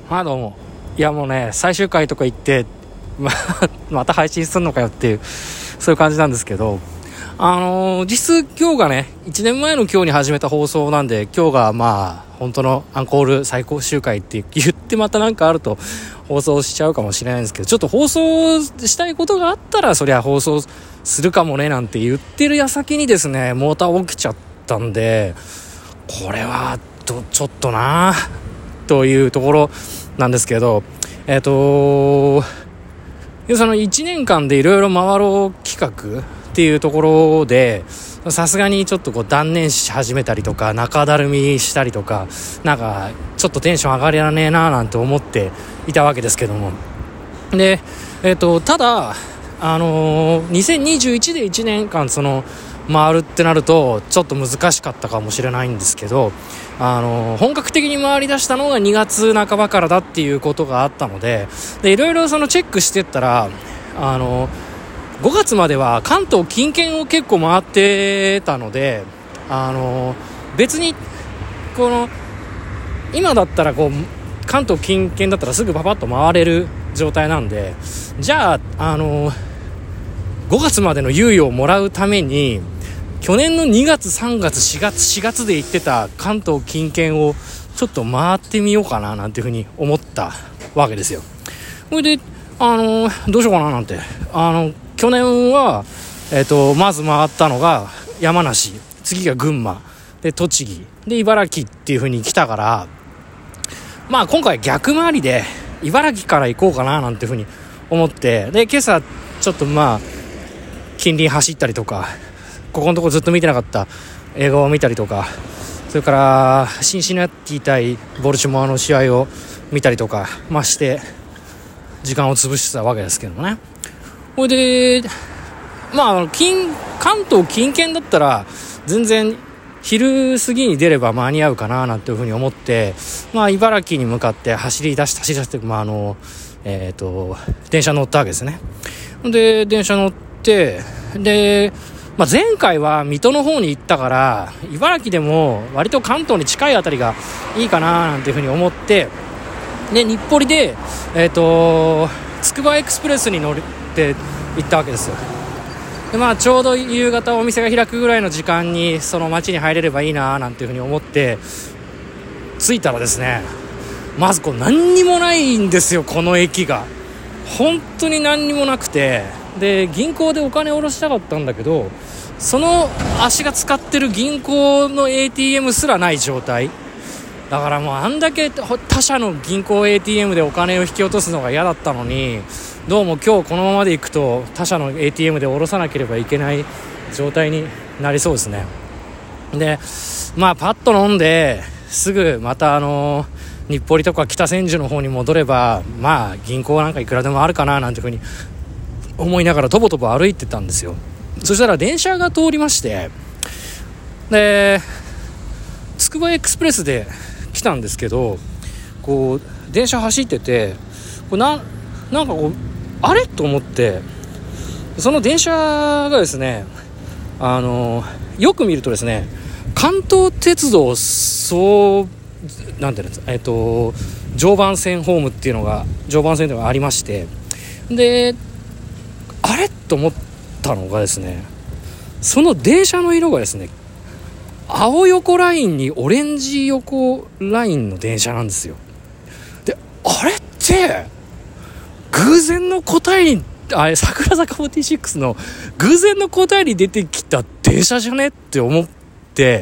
どうも。いやもうね、最終回とか行ってまた配信するのかよっていう、そういう感じなんですけど、実質今日がね1年前の今日に始めた放送なんで、今日がまあ本当のアンコール最高周回って言ってまたなんかあると放送しちゃうかもしれないんですけど、ちょっと放送したいことがあったらそりゃ放送するかもねなんて言ってる矢先にですね、モーター起きちゃったんで、これはちょっとなというところなんですけど、その1年間でいろいろ回ろう企画っていうところで、さすがにちょっとこう断念し始めたりとか、中だるみしたりとか、なんかちょっとテンション上がりらねえななんて思っていたわけですけども、で、ただ2021で1年間その回るってなるとちょっと難しかったかもしれないんですけど、本格的に回り出したのが2月半ばからだっていうことがあったので、いろいろそのチェックしてったら、5月までは関東近県を結構回ってたので、別にこの今だったらこう関東近県だったらすぐパパッと回れる状態なんで、じゃあ5月までの猶予をもらうために去年の2月3月4月で行ってた関東近県をちょっと回ってみようかななんていうふうに思ったわけですよ。それでどうしようかななんて、去年はまず回ったのが山梨、次が群馬で栃木で茨城っていう風に来たから、まあ今回逆回りで茨城から行こうかななんていう風に思って、で今朝ちょっとまあ近隣走ったりとか、ここのとこずっと見てなかった映画を見たりとか、それからシンシナティ対ボルチモアの試合を見たりとかして時間を潰してたわけですけどもね。これでまあ関東近県だったら全然昼過ぎに出れば間に合うかななんていうふうに思って、茨城に向かって走り出して、電車乗ったわけですね。で電車乗って、で前回は水戸の方に行ったから、茨城でも割と関東に近いあたりがいいかななんていうふうに思って、で日暮里でつくばエクスプレスに乗って行ったわけですよ。でちょうど夕方お店が開くぐらいの時間にその街に入れればいいななんていうふうに思って着いたらですね、まず何にもないんですよ。この駅が本当に何にもなくて、で銀行でお金を下ろしたかったんだけど、その足が使ってる銀行の ATM すらない状態だから、もうあんだけ他社の銀行 ATM でお金を引き落とすのが嫌だったのに、どうも今日このままでいくと他社の ATM で下ろさなければいけない状態になりそうですね。でパッと飲んですぐまた日暮里とか北千住の方に戻れば、銀行なんかいくらでもあるかななんていう風に思いながらとぼとぼ歩いてたんですよ。そしたら電車が通りまして、でつくばエクスプレスで来たんですけど、電車走っててなんかあれと思って、その電車がですね、よく見るとですね、関東鉄道なんていうんですか、常磐線ホームっていうのがありまして、であれと思ったのがですね、その電車の色がですね、青横ラインにオレンジ横ラインの電車なんですよ。であれって偶然の答えに桜坂46の偶然の答えに出てきた電車じゃねって思って、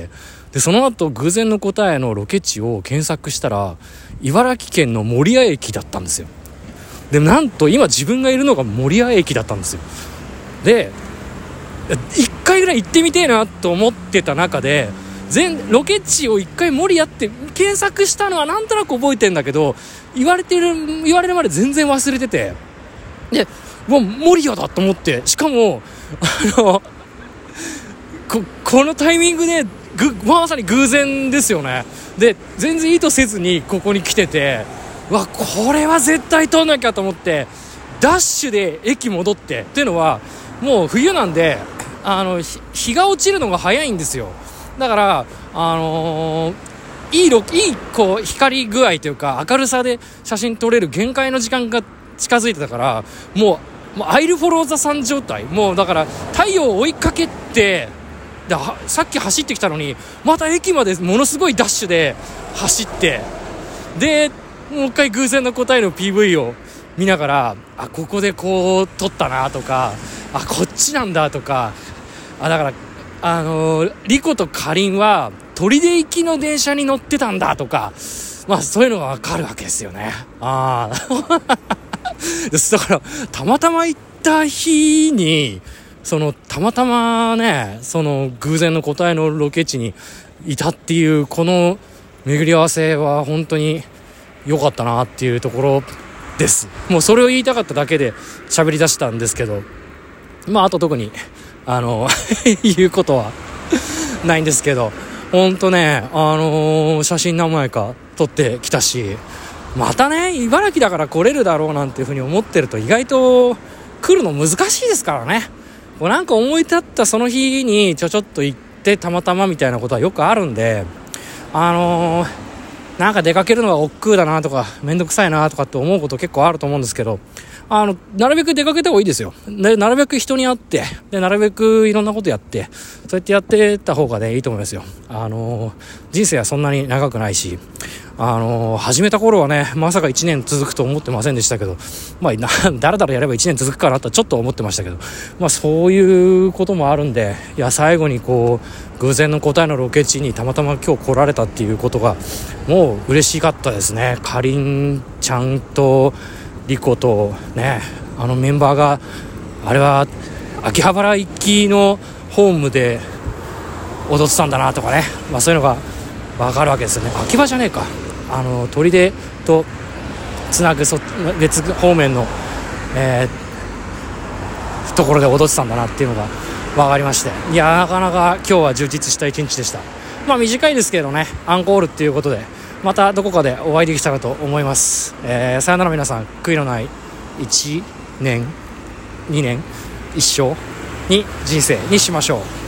でその後偶然の答えのロケ地を検索したら茨城県の守谷駅だったんですよ。でなんと今自分がいるのが守谷駅だったんですよ。で一回ぐらい行ってみてえなと思ってた中で、ロケ地を一回守谷って検索したのはなんとなく覚えてんだけど、言われるまで全然忘れてて、でもう守谷だと思って、しかもこのタイミングでまさに偶然ですよね。で全然意図せずにここに来てて、これは絶対通んなきゃと思ってダッシュで駅戻って、っていうのはもう冬なんで日が落ちるのが早いんですよ。だからいいこう光具合というか明るさで写真撮れる限界の時間が近づいてたから、もうアイルフォローザさん状態、もうだから太陽を追いかけて、さっき走ってきたのにまた駅までものすごいダッシュで走って、でもう一回偶然の答えの PV を見ながら、ここでこう撮ったなとか、こっちなんだとか、だからリコとかりんは取手行きの電車に乗ってたんだとか、そういうのがわかるわけですよね。だからたまたま行った日にたまたまね、偶然の答えのロケ地にいたっていう、この巡り合わせは本当に良かったなっていうところです。もうそれを言いたかっただけで喋り出したんですけど、あと特に言うことはないんですけど、本当ね、写真何枚か撮ってきたし、またね茨城だから来れるだろうなんていうふうに思ってると意外と来るの難しいですからね。なんか思い立ったその日にちょっと行ってたまたまみたいなことはよくあるんで、なんか出かけるのが億劫だなとかめんどくさいなとかって思うこと結構あると思うんですけど、なるべく出かけた方がいいですよ。でなるべく人に会って、でなるべくいろんなことやって、そうやってやってた方がねいいと思いますよ。人生はそんなに長くないし、始めた頃はねまさか1年続くと思ってませんでしたけど、だらだらやれば1年続くかなとちょっと思ってましたけど、そういうこともあるんで、最後にこう偶然の答えのロケ地にたまたま今日来られたっていうことがもう嬉しかったですね。かりんちゃんとリコとね、メンバーがあれは秋葉原行きのホームで踊ってたんだなとかね、そういうのが分かるわけですよね。秋葉じゃねえか、取手とつなぐ別方面の、ところで踊ってたんだなっていうのが分かりまして、なかなか今日は充実した一日でした。短いですけどね、アンコールっていうことでまたどこかでお会いできたらと思います。さよなら皆さん。悔いのない1年2年一生に人生にしましょう。